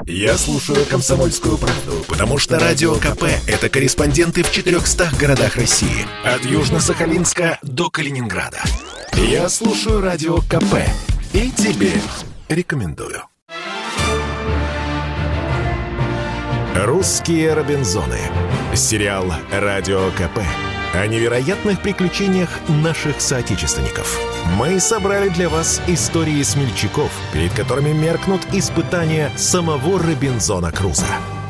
Я слушаю «Комсомольскую правду», потому что Радио КП – это корреспонденты в 400 городах России. От Южно-Сахалинска до Калининграда. Я слушаю Радио КП и тебе рекомендую. «Русские Робинзоны». Сериал «Радио КП» о невероятных приключениях наших соотечественников. Мы собрали для вас истории смельчаков, перед которыми меркнут испытания самого Робинзона Крузо.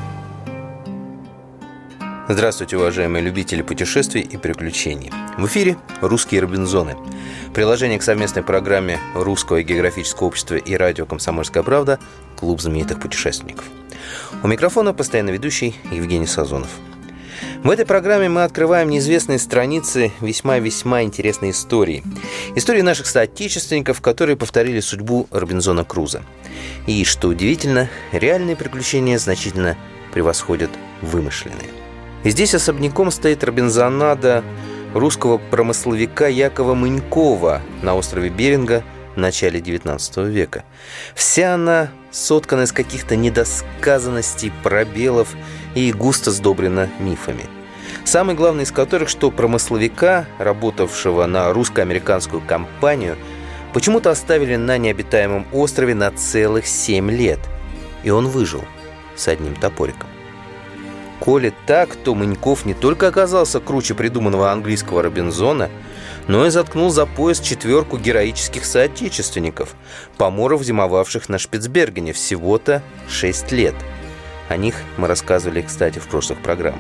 Здравствуйте, уважаемые любители путешествий и приключений. В эфире «Русские Робинзоны». Приложение к совместной программе Русского географического общества и радио «Комсомольская правда» «Клуб знаменитых путешественников». У микрофона постоянно ведущий Евгений Сазонов. В этой программе мы открываем неизвестные страницы весьма-весьма интересной истории. Истории наших соотечественников, которые повторили судьбу Робинзона Крузо. И, что удивительно, реальные приключения значительно превосходят вымышленные. И здесь особняком стоит Робинзонада русского промысловика Якова Мынькова на острове Беринга в начале XIX века. Вся она соткана из каких-то недосказанностей, пробелов и густо сдобрена мифами. Самый главный из которых, что промысловика, работавшего на русско-американскую компанию, почему-то оставили на необитаемом острове на целых 7 лет. И он выжил с одним топориком. Коли так, то Мыньков не только оказался круче придуманного английского Робинзона, но и заткнул за пояс 4 героических соотечественников, поморов, зимовавших на Шпицбергене всего-то 6 лет. О них мы рассказывали, кстати, в прошлых программах.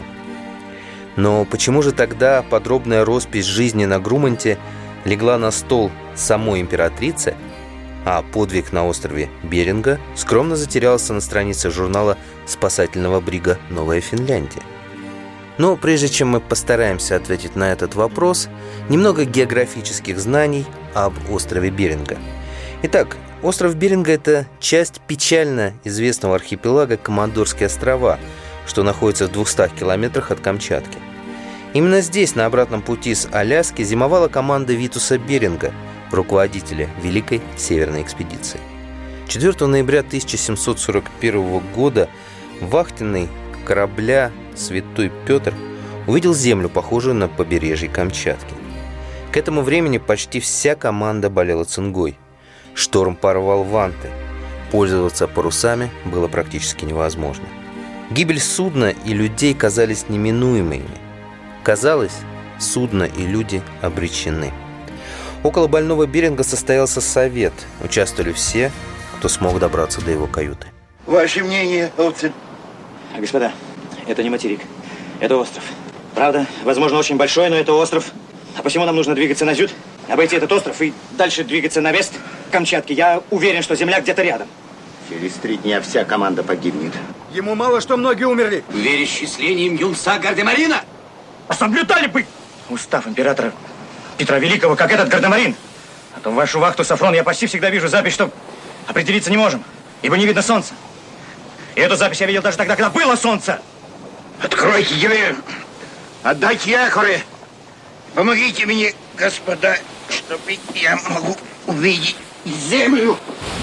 Но почему же тогда подробная роспись жизни на Грумонте легла на стол самой императрицы, а подвиг на острове Беринга скромно затерялся на странице журнала спасательного брига «Новая Финляндия»? Но прежде чем мы постараемся ответить на этот вопрос, немного географических знаний об острове Беринга. Итак, остров Беринга – это часть печально известного архипелага Командорские острова, что находится в 200 километрах от Камчатки. Именно здесь, на обратном пути с Аляски, зимовала команда Витуса Беринга, руководителя Великой Северной экспедиции. 4 ноября 1741 года вахтенный корабля «Святой Петр» увидел землю, похожую на побережье Камчатки. К этому времени почти вся команда болела цингой. Шторм порвал ванты. Пользоваться парусами было практически невозможно. Гибель судна и людей казались неминуемыми. Казалось, судно и люди обречены. Около больного Беринга состоялся совет. Участвовали все, кто смог добраться до его каюты. Ваше мнение, Овцин? Господа, это не материк, это остров. Правда, возможно, очень большой, но это остров. А посему нам нужно двигаться на зюд, обойти этот остров и дальше двигаться на вест Камчатки. Я уверен, что земля где-то рядом. Через 3 дня вся команда погибнет. Ему мало, что многие умерли. В вере счислением юнца Гардемарина. А соблюдали бы устав императора Петра Великого, как этот Гардемарин. А то в вашу вахту, Сафрон, я почти всегда вижу запись, что определиться не можем, ибо не видно солнца. И эту запись я видел даже тогда, когда было солнце. Откройте двери, отдайте якоры. Помогите мне, господа, чтобы я могу увидеть землю.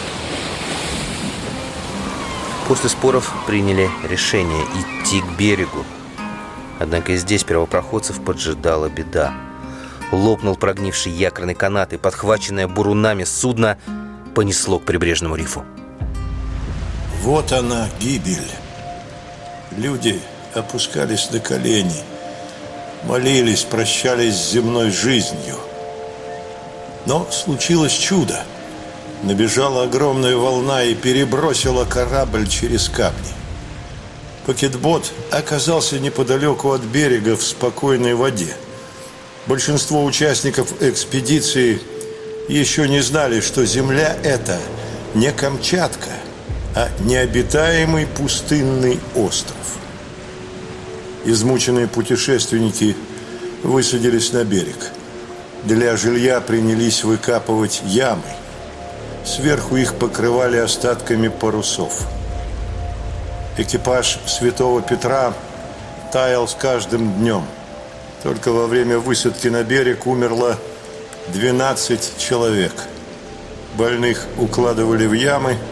После споров приняли решение идти к берегу. Однако и здесь первопроходцев поджидала беда. Лопнул прогнивший якорный канат, и подхваченное бурунами судно понесло к прибрежному рифу. Вот она, гибель. Люди опускались на колени, молились, прощались с земной жизнью. Но случилось чудо. Набежала огромная волна и перебросила корабль через камни. Пакетбот оказался неподалеку от берега в спокойной воде. Большинство участников экспедиции еще не знали, что земля эта не Камчатка, а необитаемый пустынный остров. Измученные путешественники высадились на берег. Для жилья принялись выкапывать ямы. Сверху их покрывали остатками парусов. Экипаж Святого Петра таял с каждым днем. Только во время высадки на берег умерло 12 человек. Больных укладывали в ямы,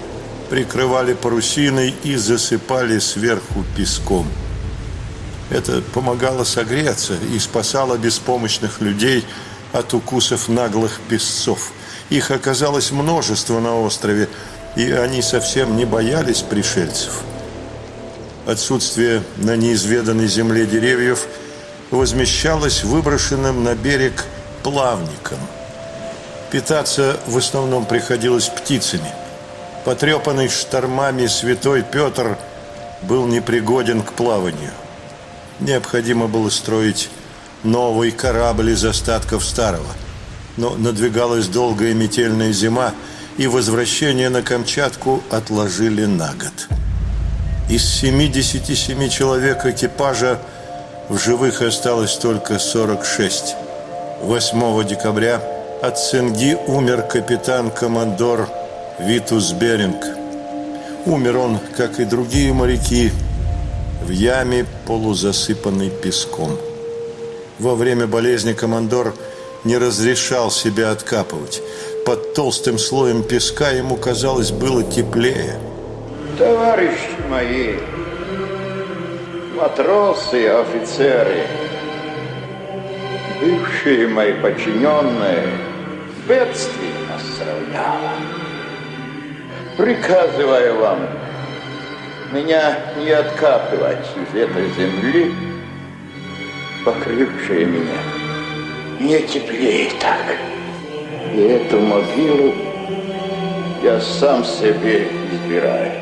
прикрывали парусиной и засыпали сверху песком. Это помогало согреться и спасало беспомощных людей от укусов наглых песцов. Их оказалось множество на острове, и они совсем не боялись пришельцев. Отсутствие на неизведанной земле деревьев возмещалось выброшенным на берег плавником. Питаться в основном приходилось птицами. Потрепанный штормами Святой Петр был непригоден к плаванию. Необходимо было строить новый корабль из остатков старого. Но надвигалась долгая метельная зима, и возвращение на Камчатку отложили на год. Из 77 человек экипажа в живых осталось только 46. 8 декабря от цинги умер капитан-командор Витус Беринг. Умер он, как и другие моряки, в яме, полузасыпанной песком. Во время болезни командор не разрешал себя откапывать. Под толстым слоем песка ему, казалось, было теплее. Товарищи мои, матросы и офицеры, бывшие мои подчиненные, бедствие нас сравняло. Приказываю вам меня не откапывать из этой земли, покрывшей меня. Мне теплее так. И эту могилу я сам себе избираю.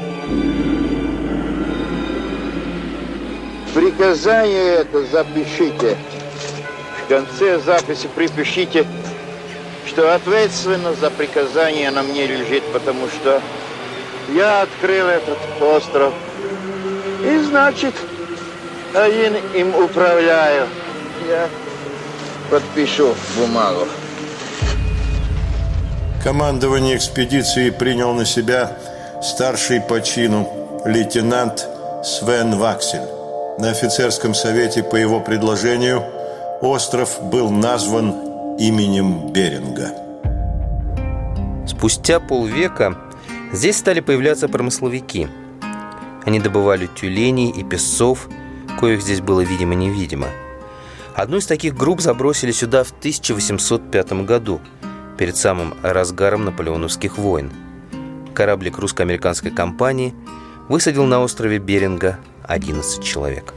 Приказание это запишите. В конце записи припишите, что ответственность за приказание на мне лежит, потому что я открыл этот остров. И значит, один им управляю. Я подпишу бумагу. Командование экспедиции принял на себя старший по чину лейтенант Свен Ваксель. На офицерском совете по его предложению остров был назван именем Беринга. Спустя полвека здесь стали появляться промысловики. Они добывали тюленей и песцов, коих здесь было видимо-невидимо. Одну из таких групп забросили сюда в 1805 году, перед самым разгаром наполеоновских войн. Кораблик русско-американской компании высадил на острове Беринга 11 человек.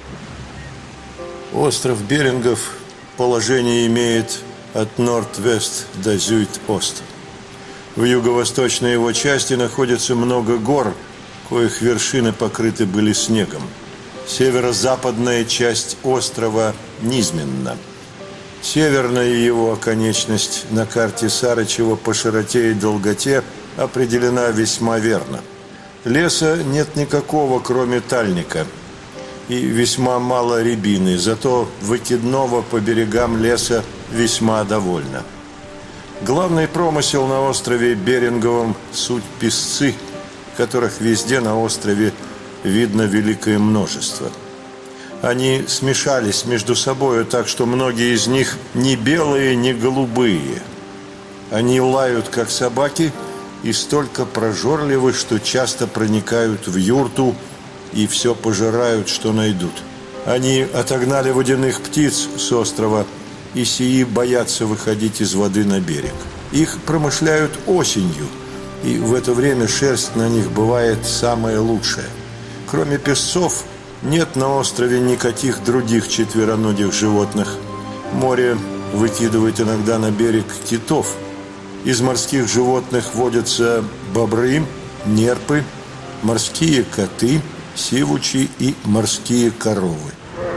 Остров Берингов положение имеет от Норд-Вест до Зюйд-Ост. В юго-восточной его части находится много гор, коих вершины покрыты были снегом. Северо-западная часть острова низменна. Северная его оконечность на карте Сарычева по широте и долготе определена весьма верно. Леса нет никакого, кроме тальника, и весьма мало рябины, зато выкидного по берегам леса весьма довольно. Главный промысел на острове Беринговом – суть песцы, которых везде на острове видно великое множество. Они смешались между собой так, что многие из них не белые, не голубые. Они лают, как собаки, и столько прожорливы, что часто проникают в юрту и все пожирают, что найдут. Они отогнали водяных птиц с острова, и сии боятся выходить из воды на берег. Их промышляют осенью, и в это время шерсть на них бывает самая лучшая. Кроме песцов, нет на острове никаких других четвероногих животных. Море выкидывает иногда на берег китов. Из морских животных водятся бобры, нерпы, морские коты, сивучи и морские коровы.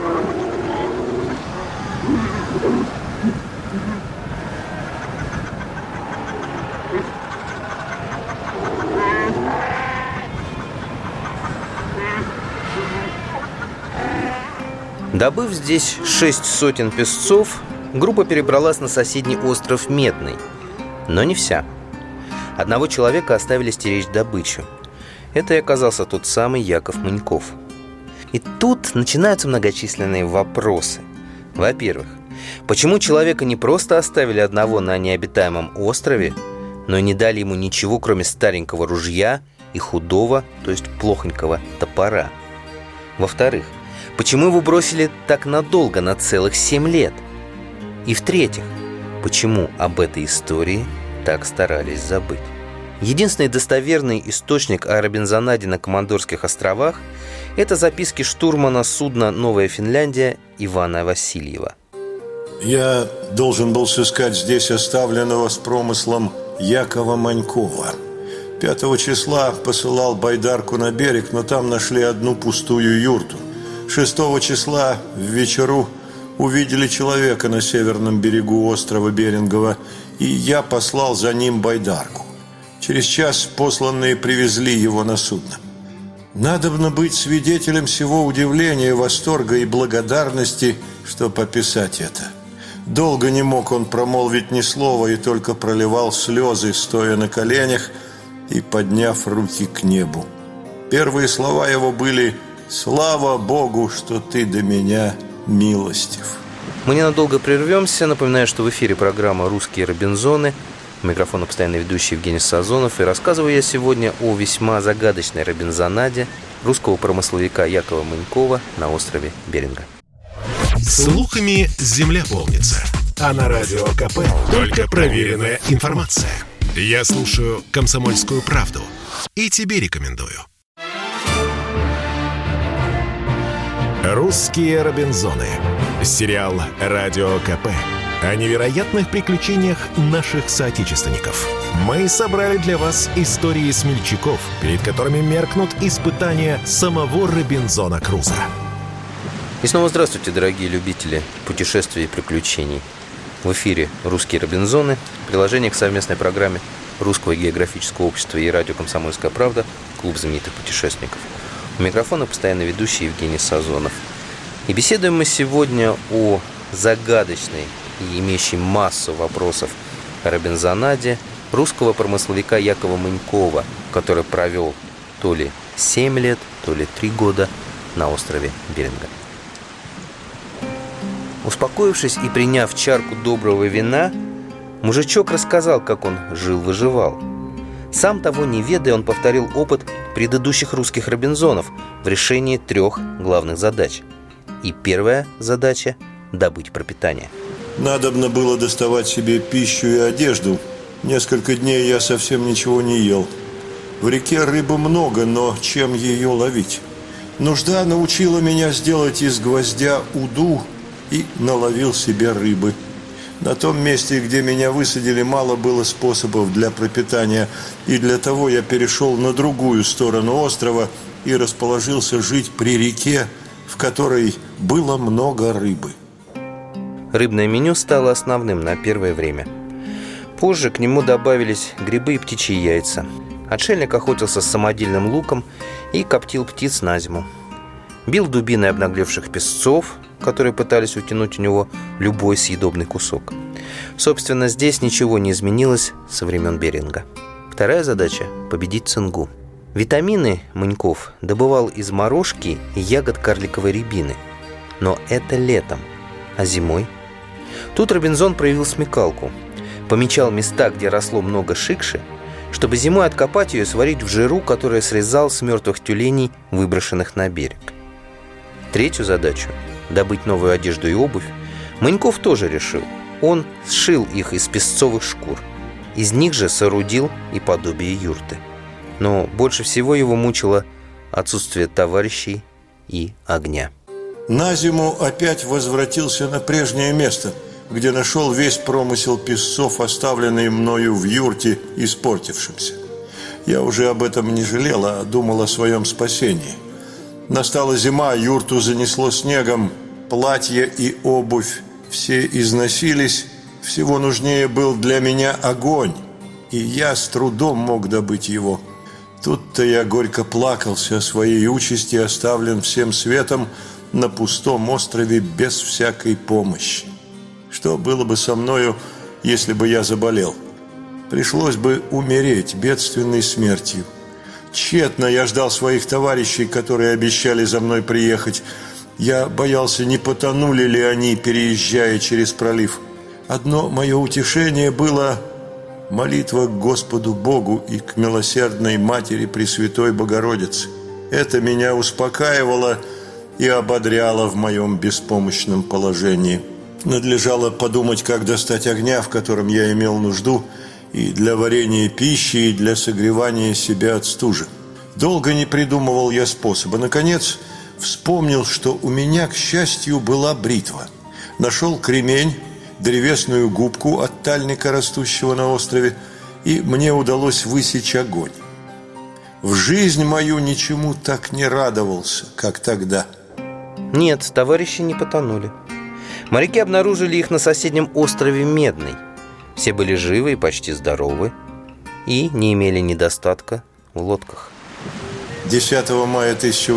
Добыв здесь 6 сотен песцов, группа перебралась на соседний остров Медный. Но не вся. Одного человека оставили стеречь добычу. Это и оказался тот самый Яков Маньков. И тут начинаются многочисленные вопросы. Во-первых, почему человека не просто оставили одного на необитаемом острове, но и не дали ему ничего, кроме старенького ружья и худого, то есть плохонького топора. Во-вторых, почему его бросили так надолго, на целых 7 лет? И в-третьих, почему об этой истории так старались забыть? Единственный достоверный источник о Робинзонаде на Командорских островах – это записки штурмана судна «Новая Финляндия» Ивана Васильева. Я должен был сыскать здесь оставленного с промыслом Якова Манькова. 5 числа посылал байдарку на берег, но там нашли одну пустую юрту. 6 числа в вечеру увидели человека на северном берегу острова Берингова, и я послал за ним байдарку. Через час посланные привезли его на судно. Надобно быть свидетелем всего удивления, восторга и благодарности, чтобы описать это. Долго не мог он промолвить ни слова и только проливал слезы, стоя на коленях и подняв руки к небу. Первые слова его были: «Слава Богу, что ты до меня милостив». Мы ненадолго прервемся. Напоминаю, что в эфире программа «Русские Робинзоны». У микрофона постоянный ведущий Евгений Сазонов. И рассказываю я сегодня о весьма загадочной Робинзонаде русского промысловика Якова Манькова на острове Беринга. Слухами земля полнится. А на Радио КП только проверенная информация. Я слушаю «Комсомольскую правду» и тебе рекомендую. «Русские Робинзоны». Сериал «Радио КП». О невероятных приключениях наших соотечественников. Мы собрали для вас истории смельчаков, перед которыми меркнут испытания самого Робинзона Круза. И снова здравствуйте, дорогие любители путешествий и приключений. В эфире «Русские Робинзоны», приложение к совместной программе Русского географического общества и радио «Комсомольская правда», клуб знаменитых путешественников. У микрофона постоянно ведущий Евгений Сазонов. И беседуем мы сегодня о загадочной и имеющей массу вопросов о Робинзонаде русского промысловика Якова Манькова, который провел то ли 7 лет, то ли 3 года на острове Беринга. Успокоившись и приняв чарку доброго вина, мужичок рассказал, как он жил-выживал. Сам того не ведая, он повторил опыт предыдущих русских Робинзонов в решении 3 главных задач. И первая задача – добыть пропитание. Надобно было доставать себе пищу и одежду. Несколько дней я совсем ничего не ел. В реке рыбы много, но чем ее ловить? Нужда научила меня сделать из гвоздя уду и наловил себе рыбы. На том месте, где меня высадили, мало было способов для пропитания, и для того я перешел на другую сторону острова и расположился жить при реке, в которой было много рыбы. Рыбное меню стало основным на первое время. Позже к нему добавились грибы и птичьи яйца. Отшельник охотился с самодельным луком и коптил птиц на зиму. Бил дубиной обнаглевших песцов, которые пытались утянуть у него любой съедобный кусок. Собственно, здесь ничего не изменилось со времен Беринга. Вторая задача – победить цингу. Витамины Маньков добывал из морожки и ягод карликовой рябины. Но это летом, а зимой? Тут Робинзон проявил смекалку. Помечал места, где росло много шикши, чтобы зимой откопать ее и сварить в жиру, которую срезал с мертвых тюленей, выброшенных на берег. Третью задачу – добыть новую одежду и обувь – Маньков тоже решил. Он сшил их из песцовых шкур. Из них же соорудил и подобие юрты. Но больше всего его мучило отсутствие товарищей и огня. На зиму опять возвратился на прежнее место, где нашел весь промысел песцов, оставленный мною в юрте, испортившимся. Я уже об этом не жалел, а думал о своем спасении. Настала зима, юрту занесло снегом, платья и обувь все износились, всего нужнее был для меня огонь, и я с трудом мог добыть его. Тут-то я горько плакался о своей участи, оставлен всем светом на пустом острове без всякой помощи. Что было бы со мною, если бы я заболел? Пришлось бы умереть бедственной смертью. Тщетно я ждал своих товарищей, которые обещали за мной приехать. Я боялся, не потонули ли они, переезжая через пролив. Одно мое утешение было молитва к Господу Богу и к милосердной Матери Пресвятой Богородицы. Это меня успокаивало и ободряло в моем беспомощном положении. Надлежало подумать, как достать огня, в котором я имел нужду, и для варения пищи, и для согревания себя от стужи. Долго не придумывал я способа. Наконец, вспомнил, что у меня, к счастью, была бритва. Нашел кремень, древесную губку от тальника, растущего на острове, и мне удалось высечь огонь. В жизнь мою ничему так не радовался, как тогда. Нет, товарищи не потонули. Моряки обнаружили их на соседнем острове Медный. Все были живы и почти здоровы, и не имели недостатка в лодках. 10 мая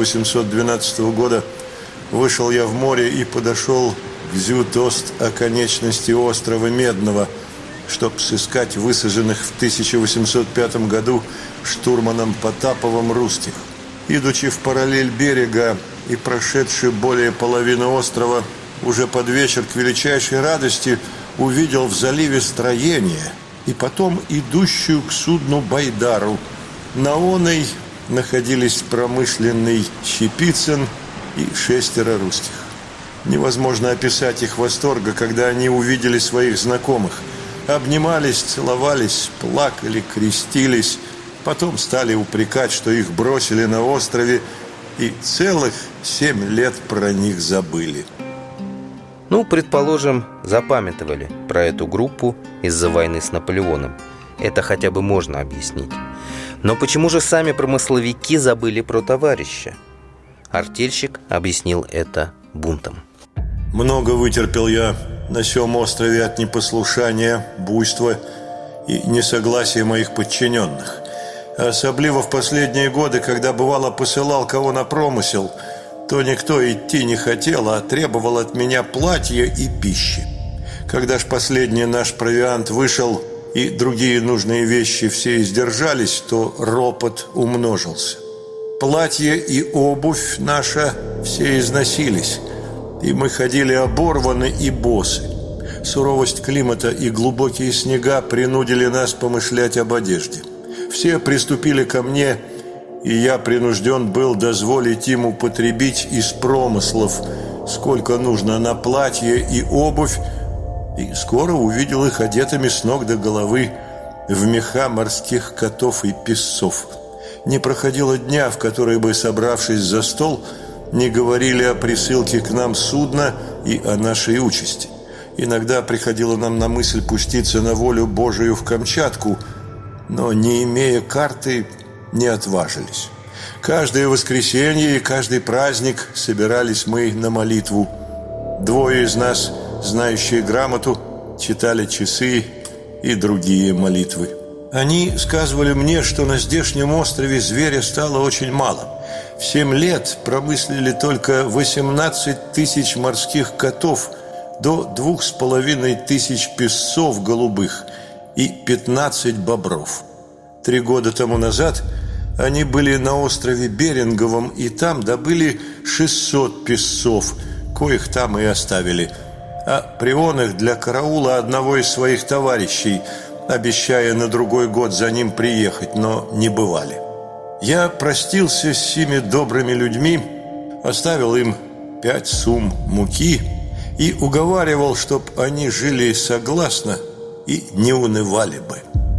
1812 года вышел я в море и подошел к Зют-Ост, оконечности острова Медного, чтобы сыскать высаженных в 1805 году штурманом Потаповым русских. Идучи в параллель берега и прошедший более половины острова, уже под вечер к величайшей радости увидел в заливе строение и потом идущую к судну байдару. На оной находились промышленный Щепицын и 6 русских. Невозможно описать их восторга, когда они увидели своих знакомых. Обнимались, целовались, плакали, крестились. Потом стали упрекать, что их бросили на острове, и целых 7 лет про них забыли. Ну, предположим, запамятовали про эту группу из-за войны с Наполеоном. Это хотя бы можно объяснить. Но почему же сами промысловики забыли про товарища? Артельщик объяснил это бунтом. Много вытерпел я на сём острове от непослушания, буйства и несогласия моих подчиненных. Особливо в последние годы, когда бывало посылал кого на промысел, то никто идти не хотел, а требовал от меня платья и пищи. Когда ж последний наш провиант вышел и другие нужные вещи все издержались, то ропот умножился. Платье и обувь наша все износились, и мы ходили оборваны и босы. Суровость климата и глубокие снега принудили нас помышлять об одежде. Все приступили ко мне, и я принужден был дозволить им употребить из промыслов, сколько нужно на платье и обувь, и скоро увидел их одетыми с ног до головы в меха морских котов и песцов. Не проходило дня, в который бы, собравшись за стол, не говорили о присылке к нам судна и о нашей участи. Иногда приходило нам на мысль пуститься на волю Божию в Камчатку, но, не имея карты, не отважились. Каждое воскресенье и каждый праздник собирались мы на молитву. 2 из нас, знающие грамоту, читали часы и другие молитвы. Они сказывали мне, что на здешнем острове зверя стало очень мало. В 7 лет промыслили только 18 тысяч морских котов до 2500 песцов голубых и 15 бобров. 3 года тому назад они были на острове Беринговом, и там добыли 600 песцов, коих там и оставили. А прион их для караула одного из своих товарищей, обещая на другой год за ним приехать, но не бывали. Я простился с сими добрыми людьми, оставил им 5 сум муки и уговаривал, чтоб они жили согласно и не унывали бы.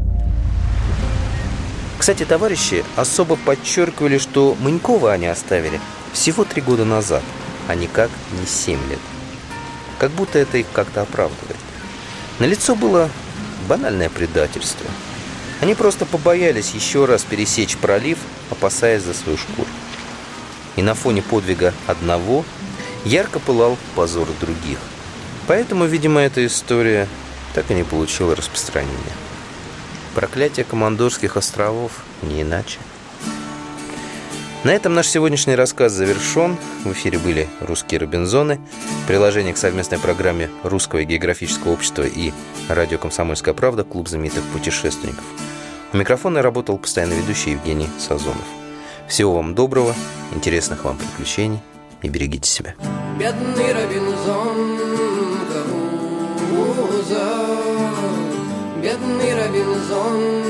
Кстати, товарищи особо подчеркивали, что Манькова они оставили всего 3 года назад, а никак не 7 лет. Как будто это их как-то оправдывает. Налицо было банальное предательство. Они просто побоялись еще раз пересечь пролив, опасаясь за свою шкуру. И на фоне подвига одного ярко пылал позор других. Поэтому, видимо, эта история так и не получила распространения. Проклятие Командорских островов, не иначе. На этом наш сегодняшний рассказ завершен. В эфире были «Русские Робинзоны». Приложение к совместной программе Русского географического общества и радио «Комсомольская правда» «Клуб знаменитых путешественников». У микрофона работал постоянно ведущий Евгений Сазонов. Всего вам доброго, интересных вам приключений и берегите себя. Бедный Робинзон Крузо, бедный Бедный Робинзон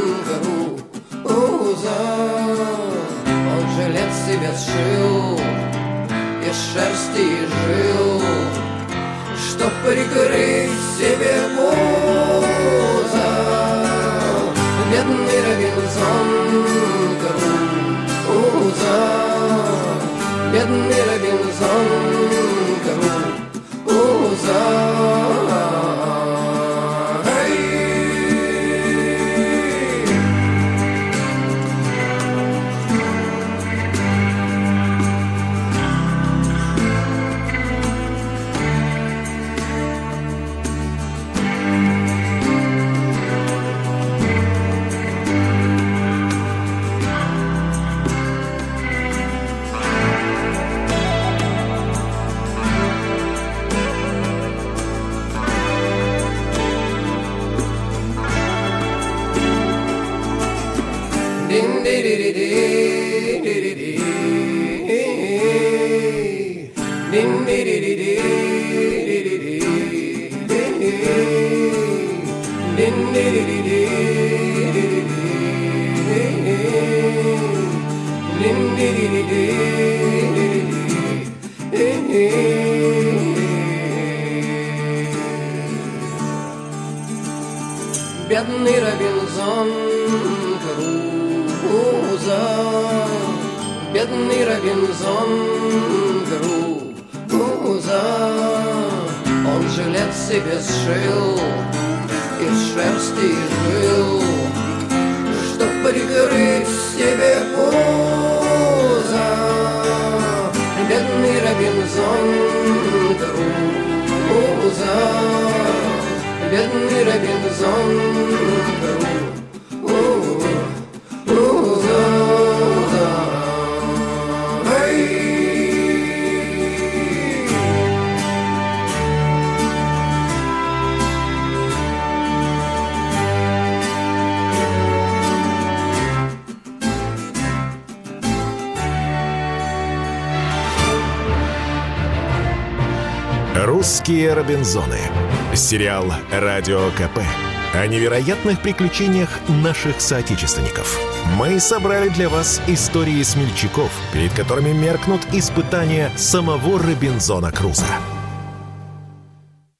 Крузо, он жилет себе сшил из шерсти и жил, чтоб прикрыть себе пузо. Бедный Робинзон Крузо, бедный Робинзон Крузо. Бедный Робинзон Крузо, бедный Робинзон Крузо, он жилет себе сшил из шерсти и жил, чтоб прикрыть себе пузо. Бедный Робинзон Крузо, бедный Робинзон Крузо. «Русские Робинзоны». Сериал «Радио КП» о невероятных приключениях наших соотечественников. Мы собрали для вас истории смельчаков, перед которыми меркнут испытания самого Робинзона Крузо.